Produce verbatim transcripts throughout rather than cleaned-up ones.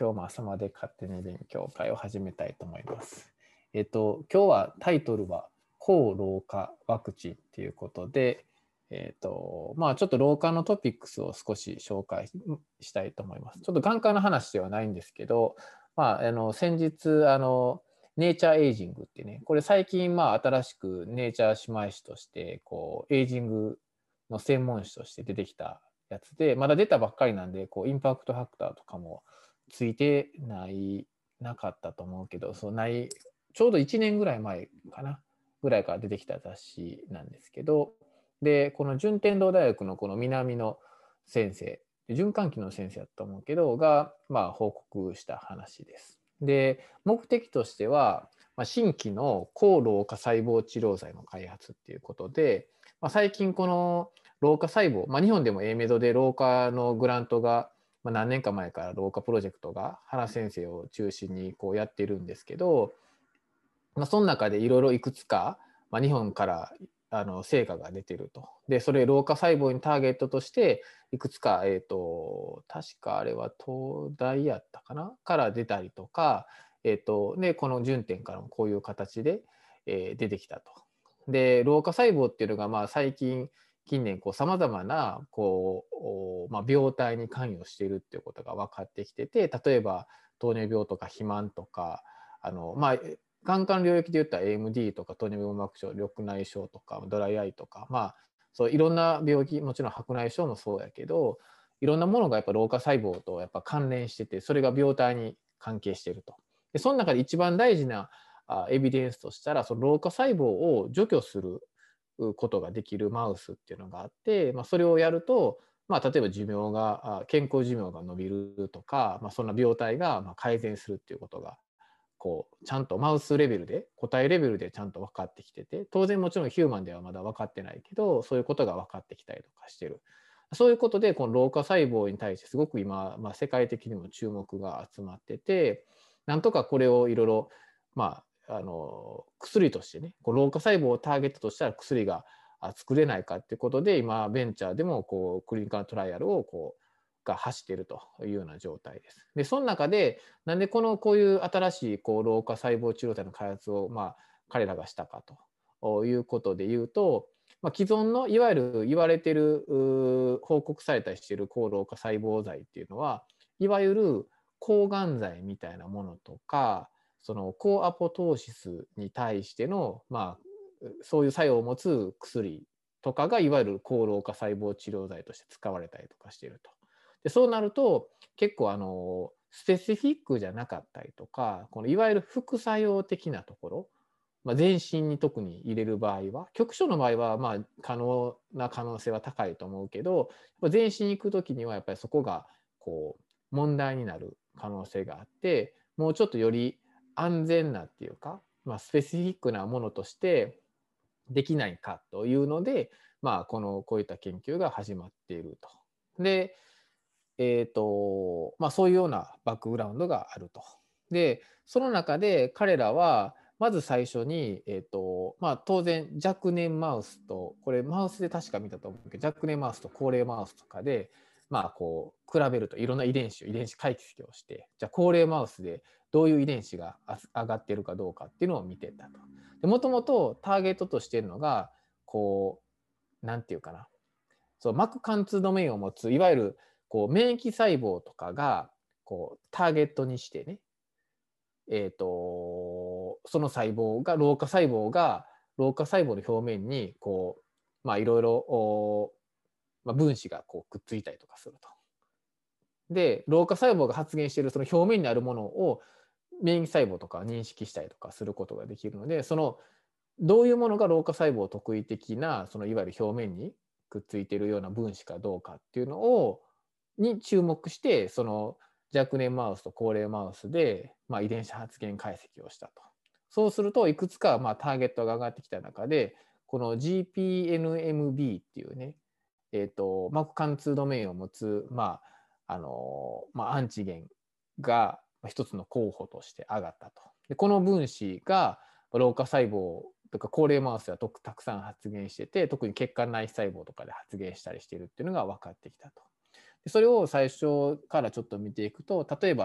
今日も朝まで勝手に勉強会を始めたいと思います。えっと、今日はタイトルは抗老化ワクチンということで、えっと、まあちょっと老化のトピックスを少し紹介したいと思います。ちょっと眼科の話ではないんですけど、まあ、あの先日あのネイチャーエイジングってね、これ最近まあ新しくネイチャー姉妹誌としてこうエイジングの専門誌として出てきたやつで、まだ出たばっかりなんで、こうインパクトファクターとかもついてないなかったと思うけど、そうないちょうどいちねんぐらい前かなぐらいから出てきた雑誌なんですけど、でこの順天堂大学のこの南の先生、循環器の先生だと思うけどが、まあ、報告した話です。で目的としては、まあ、新規の抗老化細胞治療剤の開発っていうことで、まあ、最近この老化細胞、まあ、日本でも エーメドで老化のグラントが、まあ、何年か前から老化プロジェクトが原先生を中心にこうやってるんですけど、まあ、その中でいろいろいくつか、まあ、日本からあの成果が出てると。でそれ老化細胞にターゲットとしていくつか、えーと、確かあれは東大やったかなから出たりとか、えーと、でこの順天からもこういう形で、えー、出てきたと。で老化細胞っていうのがまあ最近近年さまざまなこう、まあ、病態に関与しているっていうことが分かってきてて、例えば糖尿病とか肥満とかあのまあ眼科の領域で言ったら エーエムディー とか糖尿病膜症、緑内障とかドライアイとか、まあそういろんな病気、もちろん白内障もそうやけど、いろんなものがやっぱ老化細胞とやっぱ関連してて、それが病態に関係していると。でその中で一番大事なエビデンスとしたら、その老化細胞を除去することができるマウスっていうのがあって、まあ、それをやると、まあ、例えば寿命が健康寿命が伸びるとか、まあ、そんな病態が改善するっていうことがこうちゃんとマウスレベルで個体レベルでちゃんと分かってきてて、当然もちろんヒューマンではまだ分かってないけど、そういうことが分かってきたりとかしてる。そういうことでこの老化細胞に対してすごく今、まあ、世界的にも注目が集まってて、なんとかこれをいろいろまああの薬としてね、こう老化細胞をターゲットとしたら薬が作れないかっていうことで、今ベンチャーでもこうクリニカルトライアルをこうが走っているというような状態です。でその中でなんでこのこういう新しいこう老化細胞治療剤の開発をまあ彼らがしたかということでいうと、まあ、既存のいわゆる言われている報告されたりしている抗老化細胞剤っていうのは、いわゆる抗がん剤みたいなものとか、その抗アポトーシスに対しての、まあ、そういう作用を持つ薬とかがいわゆる抗老化細胞治療剤として使われたりとかしていると。でそうなると結構あのスペシフィックじゃなかったりとか、このいわゆる副作用的なところ、まあ、全身に特に入れる場合は、局所の場合はまあ可能な可能性は高いと思うけど、全身に行く時にはやっぱりそこがこう問題になる可能性があって、もうちょっとより安全なっていうか、まあ、スペシフィックなものとしてできないかというので、まあ、このこういった研究が始まっていると。でえーとまあ、そういうようなバックグラウンドがあると。でその中で彼らはまず最初に、えーとまあ、当然若年マウスと、これマウスで確か見たと思うけど、若年マウスと高齢マウスとかで、まあ、こう比べるといろんな遺伝子を遺伝子解析をして、じゃあ高齢マウスでどういう遺伝子が上がっているかどうかっていうのを見てたと。でもともとターゲットとしているのがこうなんていうかな、そう膜貫通ドメインを持ついわゆるこう免疫細胞とかがこうターゲットにしてね、えーと、その細胞が老化細胞が老化細胞の表面にこうまあいろいろ分子がこうくっついたりとかすると。で老化細胞が発現しているその表面にあるものを免疫細胞とか認識したりとかすることができるので、そのどういうものが老化細胞特異的なそのいわゆる表面にくっついているような分子かどうかっていうのをに注目して、その若年マウスと高齢マウスで、まあ、遺伝子発現解析をしたと。そうするといくつかまあターゲットが上がってきた中で、この ジーピーエヌエムビー っていうね、えーと、膜貫通ドメインを持つ、まああのまあ、アンチゲンが一つの候補として上がったと。でこの分子が老化細胞とか高齢マウスはたくさん発現してて、特に血管内細胞とかで発現したりしているっていうのが分かってきたと。でそれを最初からちょっと見ていくと、例えば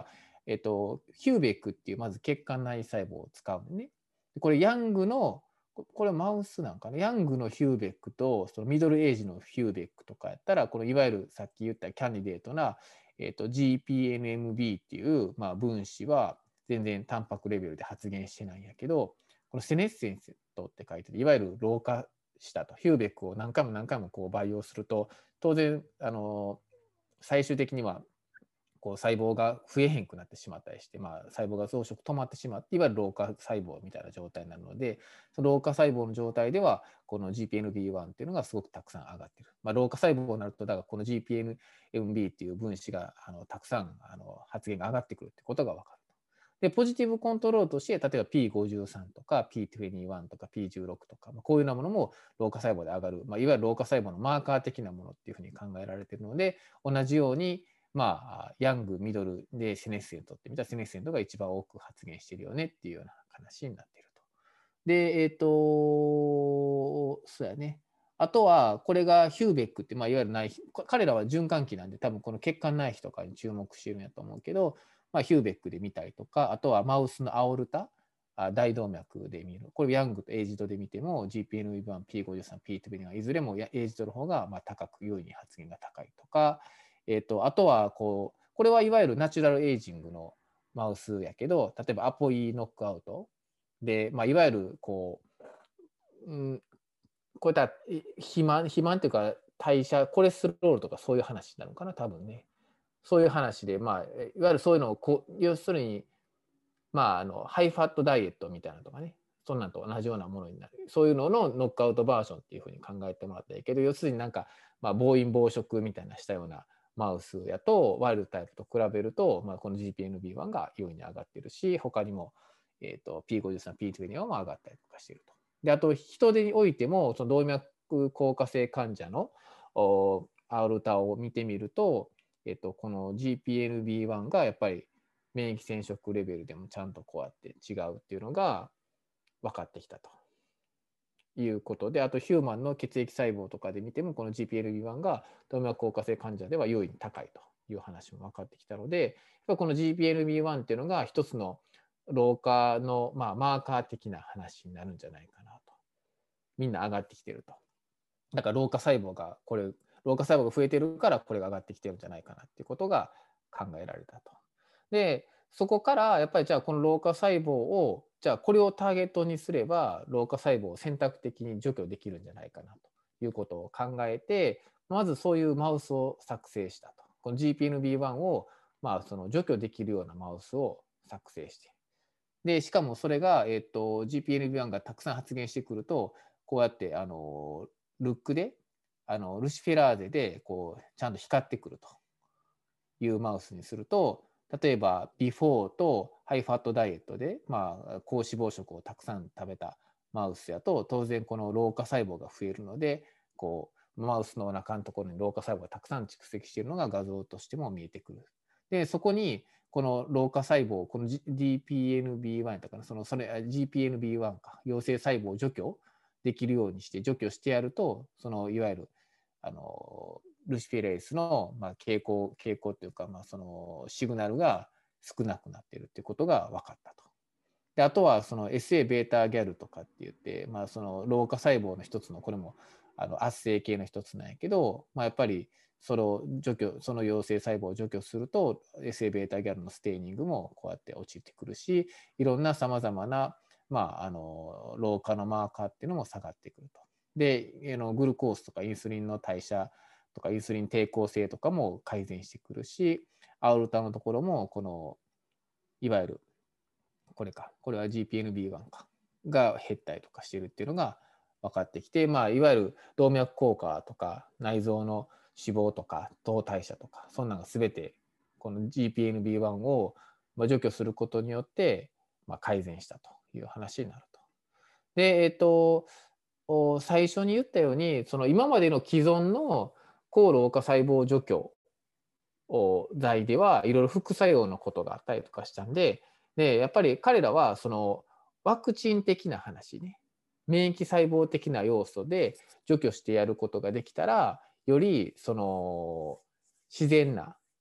えっと、ヒューベックっていうまず血管内細胞を使うのね。これヤングの、これマウスなんかな、ヤングのヒューベックとそのミドルエイジのヒューベックとかやったら、このいわゆるさっき言ったキャンディデートな、えっと、ジーピーエヌエムビー っていう、まあ、分子は全然タンパクレベルで発現してないんやけど、このセネッセンストって書いてる、いわゆる老化したと、ヒューベックを何回も何回もこう培養すると、当然、あの、最終的にはこう細胞が増えへんくなってしまったりして、まあ、細胞が増殖止まってしまって、いわゆる老化細胞みたいな状態になるので、その老化細胞の状態では、この ジーピーエヌビーワン っていうのがすごくたくさん上がっている。まあ、老化細胞になると、だからこの ジーピーエヌエムビー っていう分子があのたくさんあの発現が上がってくるってことが分かる。で、ポジティブコントロールとして、例えば ピーごじゅうさん とか ピーにじゅういち とか ピーじゅうろく とか、こういうようなものも老化細胞で上がる、まあ、いわゆる老化細胞のマーカー的なものっていうふうに考えられているので、同じように、まあ、ヤング、ミドルでセネッセントって見たらセネッセントが一番多く発現しているよねっていうような話になっていると。で、えっ、ー、と、そうやね。あとは、これがヒューベックって、まあ、いわゆる内皮、彼らは循環器なんで、多分この血管内皮とかに注目してるんやと思うけど、まあ、ヒューベックで見たりとか、あとはマウスのアオルタ、大動脈で見る。これヤングとエイジドで見ても ジーピーエヌビーワン、ピーごじゅうさん、ピーにじゅういち はいずれもエイジドの方がまあ高く優位に発現が高いとか、えーと、あとはこう、これはいわゆるナチュラルエイジングのマウスやけど、例えばアポイノックアウトで、まあ、いわゆるこう、うん、こういった肥満、肥満というか代謝、コレステロールとかそういう話なのかな、多分ね。そういう話で、まあ、いわゆるそういうのをこう、要するに、まあ、あのハイファットダイエットみたいなとかね、そんなんと同じようなものになる。そういうののノックアウトバージョンっていうふうに考えてもらったらいいけど、要するになんか、まあ、暴飲暴食みたいなしたようなマウスやと、ワイルドタイプと比べると、まあ、この ジーピーエヌビーワン が優位に上がってるし、他にも、えー、と ピーごじゅうさん、ピーにじゅういち も上がったりとかしていると。で、あと、人手においても、その動脈硬化性患者のアウルタを見てみると、えー、とこの ジーピーエヌビーワン がやっぱり免疫染色レベルでもちゃんとこうやって違うっていうのが分かってきたということで、あとヒューマンの血液細胞とかで見てもこの ジーピーエヌビーワン が動脈硬化性患者では優位に高いという話も分かってきたので、この ジーピーエヌビーワン っていうのが一つの老化のまあマーカー的な話になるんじゃないかなと。みんな上がってきてると。だから老化細胞がこれ老化細胞が増えてるからこれが上がってきてるんじゃないかなっていうことが考えられたと。でそこからやっぱりじゃあこの老化細胞をじゃあこれをターゲットにすれば老化細胞を選択的に除去できるんじゃないかなということを考えて、まずそういうマウスを作成したと。この ジーピーエヌビーワン をまあその除去できるようなマウスを作成して、でしかもそれが、えー、と ジーピーエヌビーワン がたくさん発現してくると、こうやってあのルックであのルシフェラーゼでこうちゃんと光ってくるというマウスにすると、例えばビフォーとハイファットダイエットで、まあ、高脂肪食をたくさん食べたマウスやと当然この老化細胞が増えるので、こうマウスのお腹のところに老化細胞がたくさん蓄積しているのが画像としても見えてくる。でそこにこの老化細胞、この ジーピーエヌビーワン とか、そのそれ ジーピーエヌビーワン か、陽性細胞を除去できるようにして除去してやると、そのいわゆるあのルシフェレースの、まあ、傾向傾向というか、まあ、そのシグナルが少なくなっているということが分かったと。であとはその エスエー ベータギャルとかって言って、まあ、その老化細胞の一つのこれもあの圧生系の一つなんやけど、まあ、やっぱりその除去その陽性細胞を除去すると エスエー ベータギャルのステーニングもこうやって落ちてくるし、いろんなさまざまな、まあ、あの老化のマーカーっていうのも下がってくると。であのグルコースとかインスリンの代謝とかインスリン抵抗性とかも改善してくるし、アウルタのところもこのいわゆるこれかこれは ジーピーエヌビーワン かが減ったりとかしてるっていうのが分かってきて、まあ、いわゆる動脈硬化とか内臓の脂肪とか糖代謝とかそんなのが全てこの ジーピーエヌビーワン を除去することによって改善したという話になると。でえっと最初に言ったようにその今までの既存の抗老化細胞除去剤ではいろいろ副作用のことがあったりとかしたんで、でやっぱり彼らはそのワクチン的な話ね、免疫細胞的な要素で除去してやることができたらよりその自然な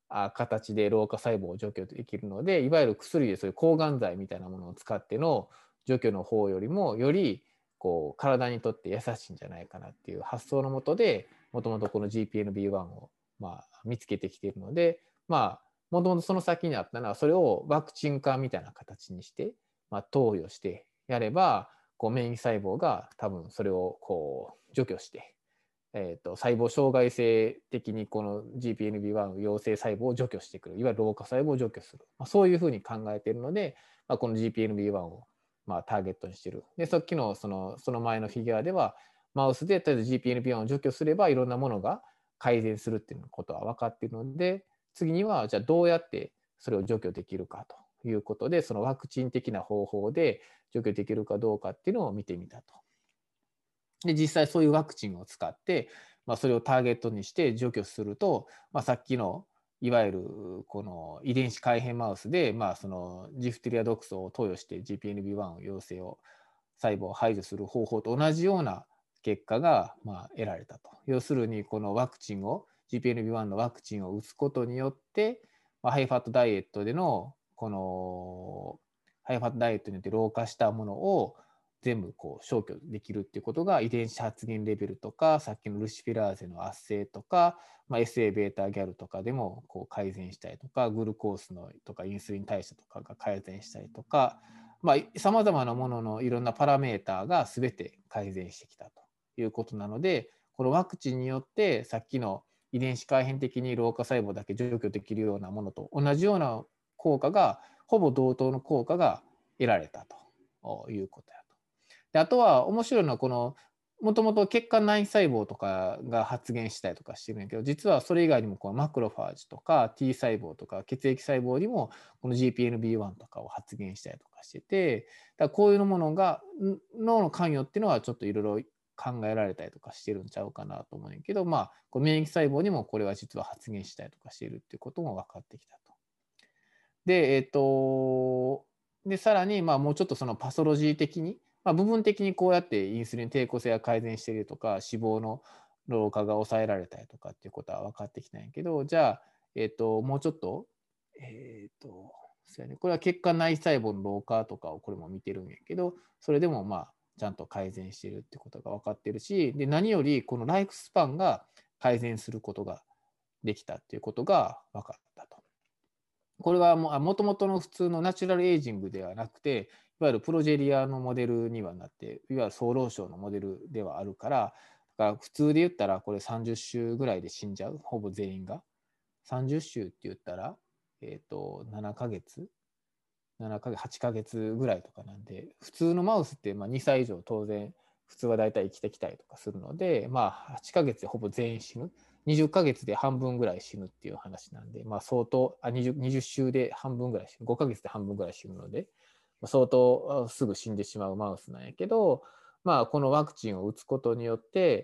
あ形で老化細胞を除去できるので、いわゆる薬でそういう抗がん剤みたいなものを使っての除去の方よりもよりこう体にとって優しいんじゃないかなっていう発想のもとで、もともとこの ジーピーエヌビーワン をまあ見つけてきているので、まあもともとその先にあったのはそれをワクチン化みたいな形にして、まあ、投与してやればこう免疫細胞が多分それをこう除去して、えー、と細胞障害性的にこの ジーピーエヌビーワン 陽性細胞を除去してくる、いわゆる老化細胞を除去する、まあ、そういうふうに考えているので、まあ、この ジーピーエヌビーワン をまあターゲットにしている。でさっきのそのその前のフィギュアではマウスでとりあえず ジーピーエヌビーワン を除去すればいろんなものが改善するっていうことは分かっているので、次にはじゃあどうやってそれを除去できるかということで、そのワクチン的な方法で除去できるかどうかっていうのを見てみたと。で実際そういうワクチンを使って、まあ、それをターゲットにして除去すると、まあ、さっきのいわゆるこの遺伝子改変マウスで、まあ、そのジフテリア毒素を投与して ジーピーエヌビーワン 陽性を細胞を排除する方法と同じような結果がまあ得られたと。要するにこのワクチンを ジーピーエヌビーワン のワクチンを打つことによって、まあ、ハイファットダイエットでのこのハイファットダイエットによって老化したものを全部こう消去できるっていうことが遺伝子発現レベルとか、さっきのルシフィラーゼの圧性とか、まあ、エスエー ベータギャルとかでもこう改善したりとか、グルコースのとかインスリン代謝とかが改善したりとか、さまざ、まなもののいろんなパラメーターが全て改善してきたということなので、このワクチンによってさっきの遺伝子改変的に老化細胞だけ除去できるようなものと同じような効果が、ほぼ同等の効果が得られたということやと。であとは面白いのはこのもともと血管内細胞とかが発現したりとかしてるんやけど、実はそれ以外にもこのマクロファージとか T 細胞とか血液細胞にもこの ジーピーエヌビーワン とかを発現したりとかしてて、だからこういうものが脳の関与っていうのはちょっといろいろ考えられたりとかしてるんちゃうかなと思うんやけど、まあこう免疫細胞にもこれは実は発現したりとかしているっていうことも分かってきたと。でえっ、ー、とでさらにまあもうちょっとそのパソロジー的に、まあ、部分的にこうやってインスリン抵抗性が改善しているとか、脂肪の老化が抑えられたりとかっていうことは分かってきたんやけど、じゃあ、えー、ともうちょっと、えっ、ー、とそうやね、これは血管内細胞の老化とかをこれも見てるんやけど、それでもまあちゃんと改善しているってことが分かってるし、で何よりこのライフスパンが改善することができたっていうことが分かったと。これはもともとの普通のナチュラルエイジングではなくて、いわゆるプロジェリアのモデルにはなって、いわゆる総老症のモデルではあるから、だから普通で言ったらこれさんじゅっ週ぐらいで死んじゃう、ほぼ全員が。さんじゅっ週って言ったら、えっと、ななかげつ ?ななかげつ、はちかげつぐらいとかなんで、普通のマウスってまあにさい以上当然、普通はだいたい生きてきたりとかするので、まあはちかげつでほぼ全員死ぬ。にじゅっかげつで半分ぐらい死ぬっていう話なんで、まあ、相当あ 20, 20週で半分ぐらい死ぬ、ごかげつで半分ぐらい死ぬので、相当すぐ死んでしまうマウスなんやけど、まあ、このワクチンを打つことによって、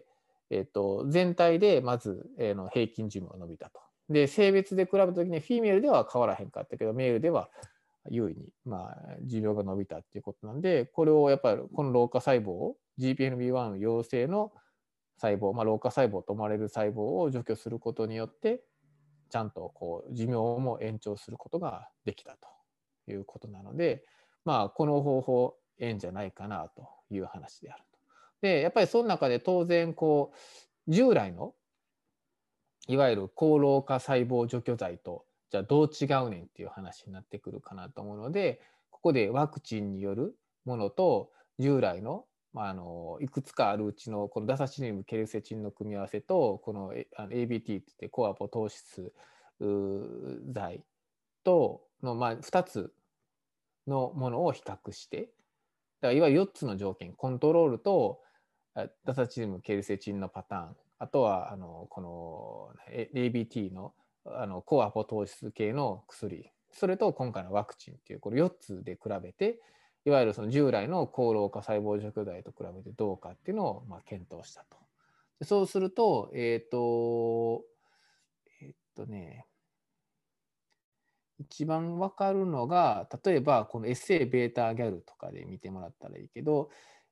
えー、と全体でまず、えー、の平均寿命が伸びたと。で性別で比べた時にフィメールでは変わらへんかったけど、メールでは優位に、まあ、寿命が伸びたっていうことなんで、これをやっぱりこの老化細胞を ジーピーエヌビーワン 陽性の細胞、まあ、老化細胞と思われる細胞を除去することによってちゃんとこう寿命も延長することができたということなので、まあ、この方法ええんじゃないかなという話であると。でやっぱりその中で当然こう従来のいわゆる高老化細胞除去剤とじゃあどう違うねんっていう話になってくるかなと思うので、ここでワクチンによるものと従来のまあ、あのいくつかあるうちのこのダサチニムケルセチンの組み合わせとこの エービーティー っていってコアポ糖質剤とのまあふたつのものを比較して、だからいわゆるよっつの条件、コントロールとダサチニムケルセチンのパターン、あとはあのこの エービーティー のあのコアポ糖質系の薬、それと今回のワクチンっていうこれよっつで比べて、いわゆるその従来の高老化細胞除去剤と比べてどうかっていうのをまあ検討したと。でそうすると、えっ、ー、と、えっ、ー、とね、一番分かるのが、例えばこの エスエー ベータギャルとかで見てもらったらいいけど、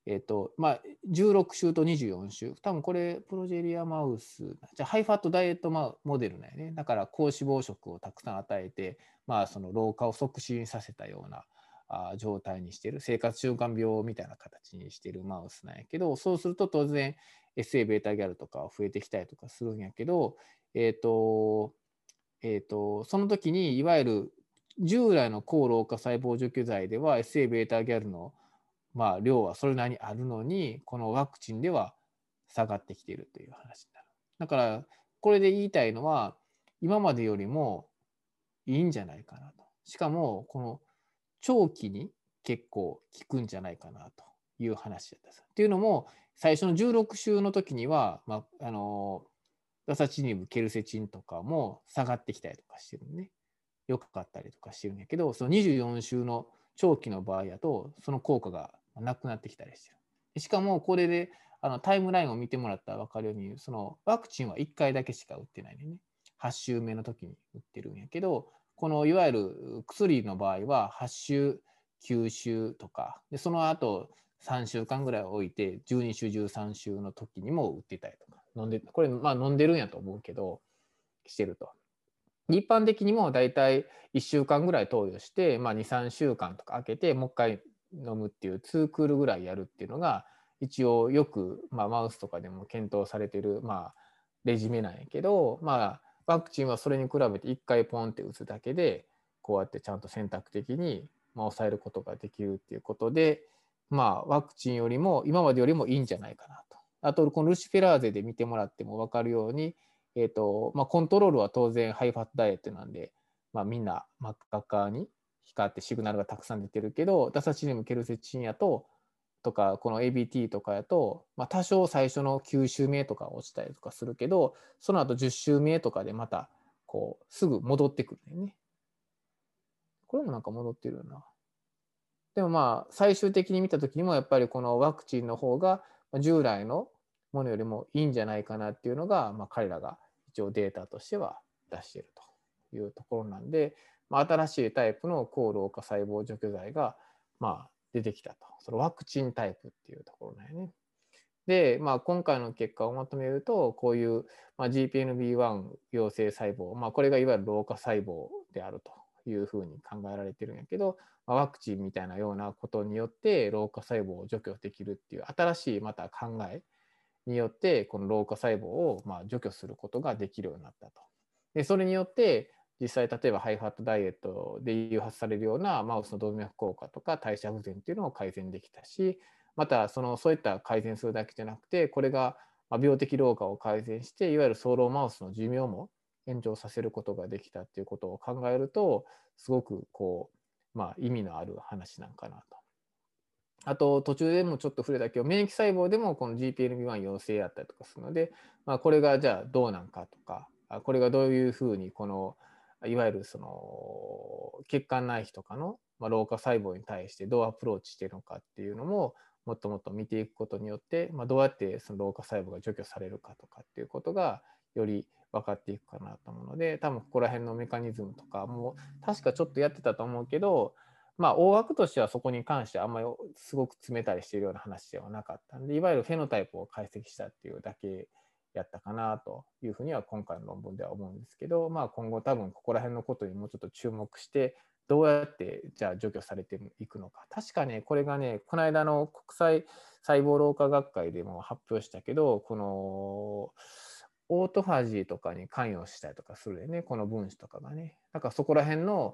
えっとまあ、じゅうろく週とにじゅうよん週、多分これプロジェリアマウス、じゃハイファットダイエットモデルなんやね。だから高脂肪食をたくさん与えて、まあ、その老化を促進させたようなあ状態にしている、生活習慣病みたいな形にしているマウスなんやけど、そうすると当然 エスエー ベータギャルとか増えてきたりとかするんやけど、えっとえっとその時にいわゆる従来の抗老化細胞除去剤では エスエー ベータギャルのまあ量はそれなりにあるのに、このワクチンでは下がってきているという話になる。だからこれで言いたいのは、今までよりもいいんじゃないかなと。しかもこの長期に結構効くんじゃないかなという話だったんです。っていうのも、最初のじゅうろく週の時には、まあ、あのダサチニブ、ケルセチンとかも下がってきたりとかしてるね。よかったりとかしてるんだけど、そのにじゅうよん週の長期の場合だと、その効果がなくなってきたりしてる。しかも、これであのタイムラインを見てもらったら分かるように、そのワクチンはいっかいだけしか打ってないね。はち週目の時に打ってるんやけど、このいわゆる薬の場合ははち週、きゅう週とか、でその後さんしゅうかんぐらい置いて、じゅうに週、じゅうさん週の時にも打ってたりとか、飲んで、これ、まあ飲んでるんやと思うけど、してると。一般的にもだいたいいっしゅうかんぐらい投与して、まあ、に、さん週間とか空けてもう一回飲むっていうにクールぐらいやるっていうのが一応よく、まあ、マウスとかでも検討されてる、まあ、レジメなんやけど、まあ、ワクチンはそれに比べていっかいポンって打つだけでこうやってちゃんと選択的に、まあ、抑えることができるっていうことで、まあ、ワクチンよりも今までよりもいいんじゃないかなと。あとこのルシフェラーゼで見てもらっても分かるように、えーとまあ、コントロールは当然ハイファットダイエットなんで、まあ、みんな真っ赤っかに光ってシグナルがたくさん出てるけど、ダサチネムケルセチンやととかこの エービーティー とかやと、まあ、多少最初のきゅう週目とか落ちたりとかするけど、その後じゅっ週目とかでまたこうすぐ戻ってくるんだよね。これもなんか戻ってるよな。でもまあ最終的に見た時にもやっぱりこのワクチンの方が従来のものよりもいいんじゃないかなっていうのが、まあ、彼らが一応データとしては出しているというところなんで、まあ、新しいタイプの抗老化細胞除去剤がまあ出てきたと。そのワクチンタイプっていうところなんよね。で、まあ、今回の結果をまとめると、こういう、まあ、ジーピーエヌビーワン 陽性細胞、まあ、これがいわゆる老化細胞であるというふうに考えられてるんやけど、まあ、ワクチンみたいなようなことによって老化細胞を除去できるっていう新しいまた考えによって、この老化細胞をまあ除去することができるようになったと。でそれによって実際例えばハイファットダイエットで誘発されるようなマウスの動脈硬化とか代謝不全っていうのを改善できたし、またそのそういった改善するだけじゃなくて、これが病的老化を改善していわゆる早老マウスの寿命も延長させることができたっていうことを考えると、すごくこう、まあ、意味のある話なんかなと。あと途中でもちょっと触れたけど、免疫細胞でもこの ジーピーエヌビーワン 陽性やったりとかするので、まあ、これがじゃあどうなんかとか、これがどういうふうにこのいわゆるその血管内皮とかの老化細胞に対してどうアプローチしているのかっていうのももっともっと見ていくことによって、まあ、どうやってその老化細胞が除去されるかとかっていうことがより分かっていくかなと思うので、多分ここら辺のメカニズムとかも確かちょっとやってたと思うけど、まあ大枠としてはそこに関してあんまりすごく詰めたりしているような話ではなかったんで、いわゆるフェノタイプを解析したっていうだけやったかなというふうには今回の論文では思うんですけど、まあ、今後多分ここら辺のことにもうちょっと注目してどうやってじゃあ除去されていくのか。確かねこれがねこの間の国際細胞老化学会でも発表したけど、このオートファジーとかに関与したりとかするよね、この分子とかがね。だからそこら辺の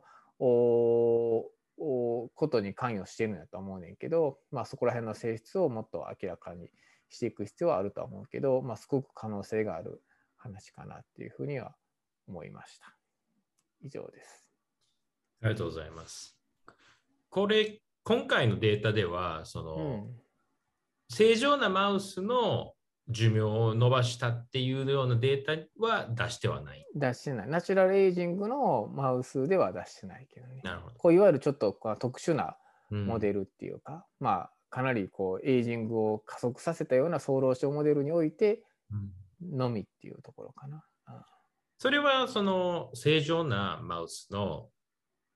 ことに関与してるんやと思うねんけど、まあ、そこら辺の性質をもっと明らかにしていく必要はあるとは思うけど、まあ、すごく可能性がある話かなっていうふうには思いました。以上です。 ありがとうございます。これ、今回のデータでは、その、うん、正常なマウスの寿命を伸ばしたっていうようなデータは出してはない。 出してない。ナチュラルエイジングのマウスでは出してないけどね。 なるほど。 こういわゆるちょっとこう特殊なモデルっていうか、うん、まあかなりこうエイジングを加速させたような早老症モデルにおいてのみっていうところかな。うん、 それはその正常なマウスの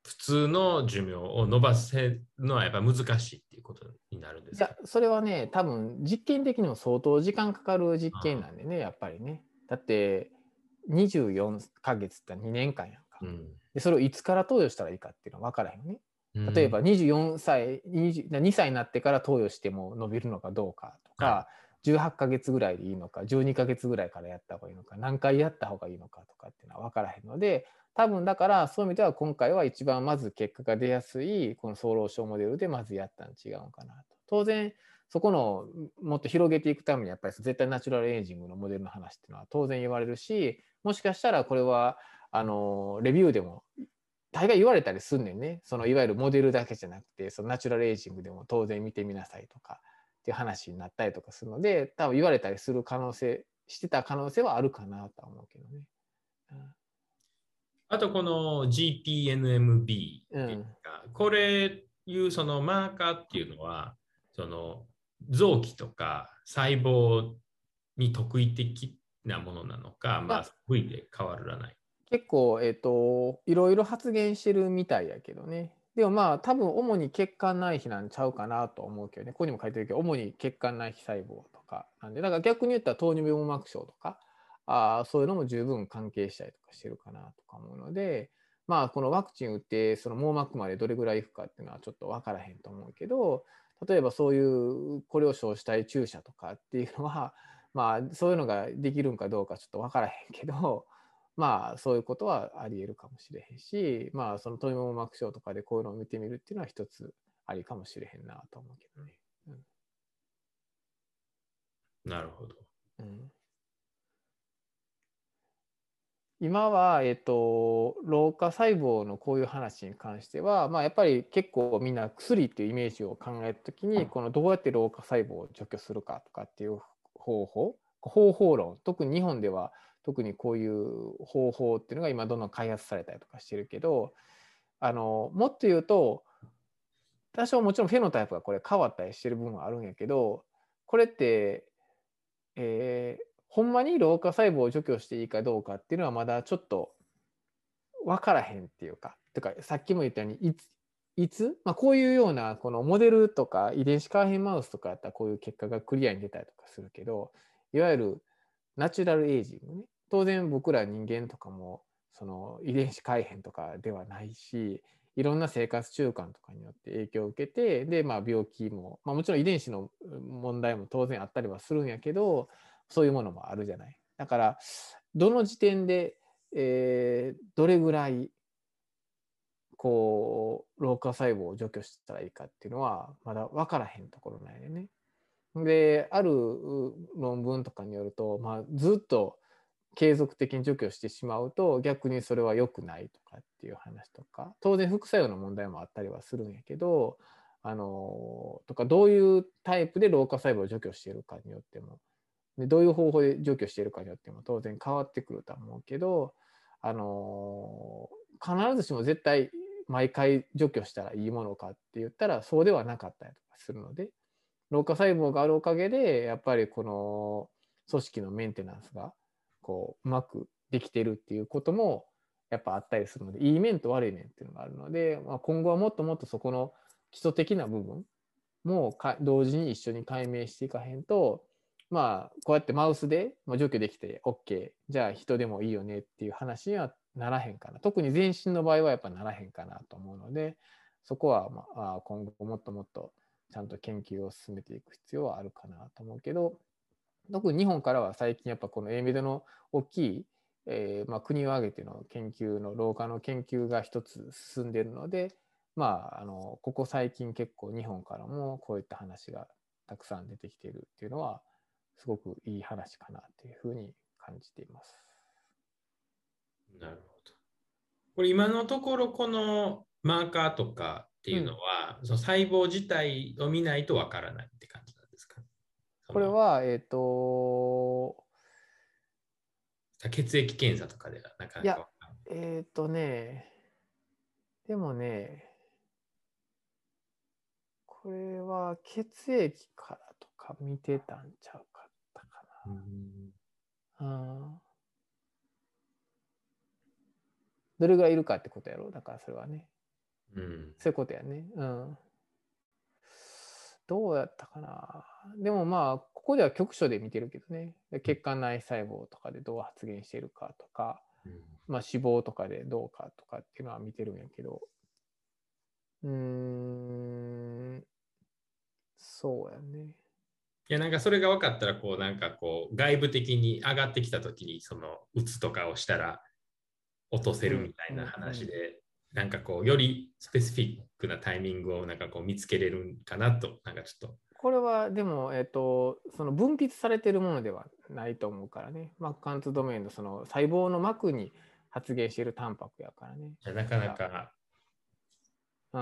普通の寿命を伸ばせるのはやっぱり難しいっていうことになるんですか？ いや、それはね、多分実験的にも相当時間かかる実験なんでね、やっぱりね。だって、にじゅうよんかげつってにねんかんやんか。 うん。 で、それをいつから投与したらいいかっていうのは分からへんよね。 うん、 例えばにじゅうよんさい、にじゅうにさいになってから投与しても伸びるのかどうかとか、じゅうはちかげつぐらいでいいのか、じゅうにかげつぐらいからやった方がいいのか、何回やった方がいいのかとかっていうのは分からへんので、多分だからそういう意味では今回は一番まず結果が出やすいこの総労症モデルでまずやったん違うのかなと。当然そこのもっと広げていくためにやっぱり絶対ナチュラルエイジングのモデルの話っていうのは当然言われるし、もしかしたらこれはあのレビューでも大概言われたりすんねんね。そのいわゆるモデルだけじゃなくて、そのナチュラルエイジングでも当然見てみなさいとかっていう話になったりとかするので、多分言われたりする可能性、してた可能性はあるかなとは思うけどね。うん、 あとこの ジーピーエヌエムビー っていうか、 うん、 これいうそのマーカーっていうのは、その臓器とか細胞に特異的なものなのか、まあ、部位で変わらない。 結構、えっと、いろいろ発言してるみたいやけどね。でもまあ、多分主に血管内皮なんちゃうかなと思うけどね。ここにも書いてるけど、主に血管内皮細胞とかなんで、だから逆に言ったら糖尿病膜症とか、あそういうのも十分関係したりとかしてるかなとか思うので、まあ、このワクチン打って、その網膜までどれぐらいいくかっていうのはちょっと分からへんと思うけど、例えばそういうこれを称したい注射とかっていうのは、まあ、そういうのができるんかどうかちょっと分からへんけど、まあそういうことはあり得るかもしれへんし、まあそのトイ網膜症とかでこういうのを見てみるっていうのは一つありかもしれへんなと思うけどね。うん、 なるほど。 うん、今は、えっと、老化細胞のこういう話に関しては、まあ、やっぱり結構みんな薬っていうイメージを考えたときに、このどうやって老化細胞を除去するかとかっていう方法、方法論、特に日本では特にこういう方法っていうのが今どんどん開発されたりとかしてるけど、あのもっと言うと、多少もちろんフェノタイプがこれ変わったりしてる部分はあるんやけど、これって、えー、ほんまに老化細胞を除去していいかどうかっていうのはまだちょっと分からへんっていうか、とかさっきも言ったようにいつ、いつ、まあ、こういうようなこのモデルとか遺伝子改変マウスとかやったらこういう結果がクリアに出たりとかするけど、いわゆるナチュラルエイジングね、当然僕ら人間とかもその遺伝子改変とかではないし、いろんな生活習慣とかによって影響を受けて、で、まあ、病気も、まあ、もちろん遺伝子の問題も当然あったりはするんやけど、そういうものもあるじゃない。だからどの時点でえー、どれぐらいこう老化細胞を除去したらいいかっていうのはまだ分からへんところなんよね。である論文とかによると、まあ、ずっと継続的に除去してしまうと逆にそれは良くないとかっていう話とか、当然副作用の問題もあったりはするんやけど、あのとかどういうタイプで老化細胞を除去しているかによっても、でどういう方法で除去しているかによっても当然変わってくると思うけど、あの必ずしも絶対毎回除去したらいいものかって言ったらそうではなかったりとかするので、老化細胞があるおかげでやっぱりこの組織のメンテナンスがこううまくできてるっていうこともやっぱあったりするので、いい面と悪い面っていうのがあるので、まあ、今後はもっともっとそこの基礎的な部分も同時に一緒に解明していかへんと、まあこうやってマウスで除去できて OK、 じゃあ人でもいいよねっていう話にはならへんかな。特に全身の場合はやっぱならへんかなと思うので、そこはまあ今後もっともっとちゃんと研究を進めていく必要はあるかなと思うけど、特に日本からは最近やっぱこの エーメド の大きい、えーまあ、国を挙げての研究の老化の研究が一つ進んでいるので、まあ、あのここ最近結構日本からもこういった話がたくさん出てきているっていうのはすごくいい話かなというふうに感じています。 なるほど。これ今のところこのマーカーとかっていうのうん、 は、その細胞自体を見ないとわからないって感じなんですかね。そのこれは、えっ、ー、と、 血液検査とかではなかいや、 なかわからない。 えっ、ー、とね、でもね、これは血液からとか見てたんちゃうかったかうんな。うんどれぐらいいるかってことやろ。だからそれはね。 うん、 そういうことやね。うん。どうやったかな。でもまあ、ここでは局所で見てるけどね。血管内細胞とかでどう発現しているかとか、 うん、 まあ脂肪とかでどうかとかっていうのは見てるんやけど、うーん、そうやね。 いや、なんかそれが分かったら、こう、なんかこう、外部的に上がってきたときに、その、打つとかをしたら落とせうんるみたいなうんうん。 話で、なんかこう、よりスペシフィックなタイミングをなんかこう見つけれるんかなと、なんかちょっと。 これはでも、えっと、その分泌されているものではないと思うからね。マッカンツドメインのその細胞の膜に発現しているタンパクやからね。 じゃなかなか、 うん。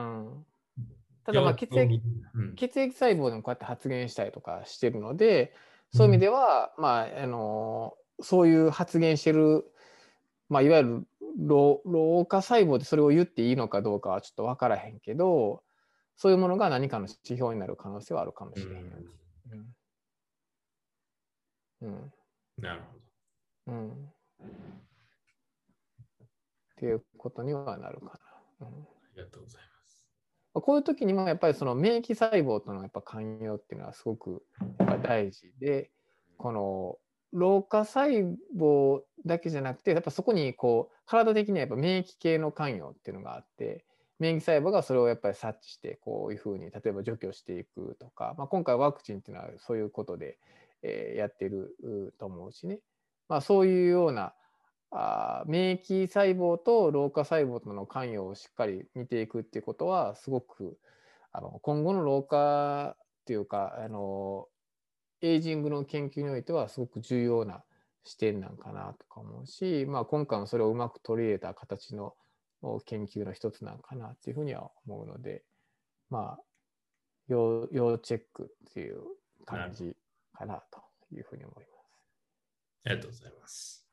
ただまあ様血液、 子を見る。うん。 血液細胞でもこうやって発現したりとかしてるので、そういう意味うん。 では、まあ、あの、そういう発現してる、まあ、いわゆる老老化細胞でそれを言っていいのかどうかはちょっと分からへんけど、そういうものが何かの指標になる可能性はあるかもうしれへんよね。 ん、 うん。うん。 なるほど。 うん。っていうことにはなるかな。うん、 ありがとうございます。 こういう時にもやっぱりその免疫細胞とのやっぱ関与っていうのはすごくやっぱ大事で、この老化細胞だけじゃなくて、やっぱそこにこう体的にはやっぱ免疫系の関与っていうのがあって、免疫細胞がそれをやっぱり察知してこういうふうに例えば除去していくとか、まあ、今回ワクチンっていうのはそういうことで、えー、やってると思うしね、まあ、そういうようなあ免疫細胞と老化細胞との関与をしっかり見ていくっていうことはすごくあの今後の老化っていうかあのエイジングの研究においてはすごく重要な視点なんかなとか思うし、まあ、今回もそれをうまく取り入れた形の研究の一つなんかなっていうふうには思うので、まあ要要チェックっていう感じかなというふうに思います。 ありがとうございます。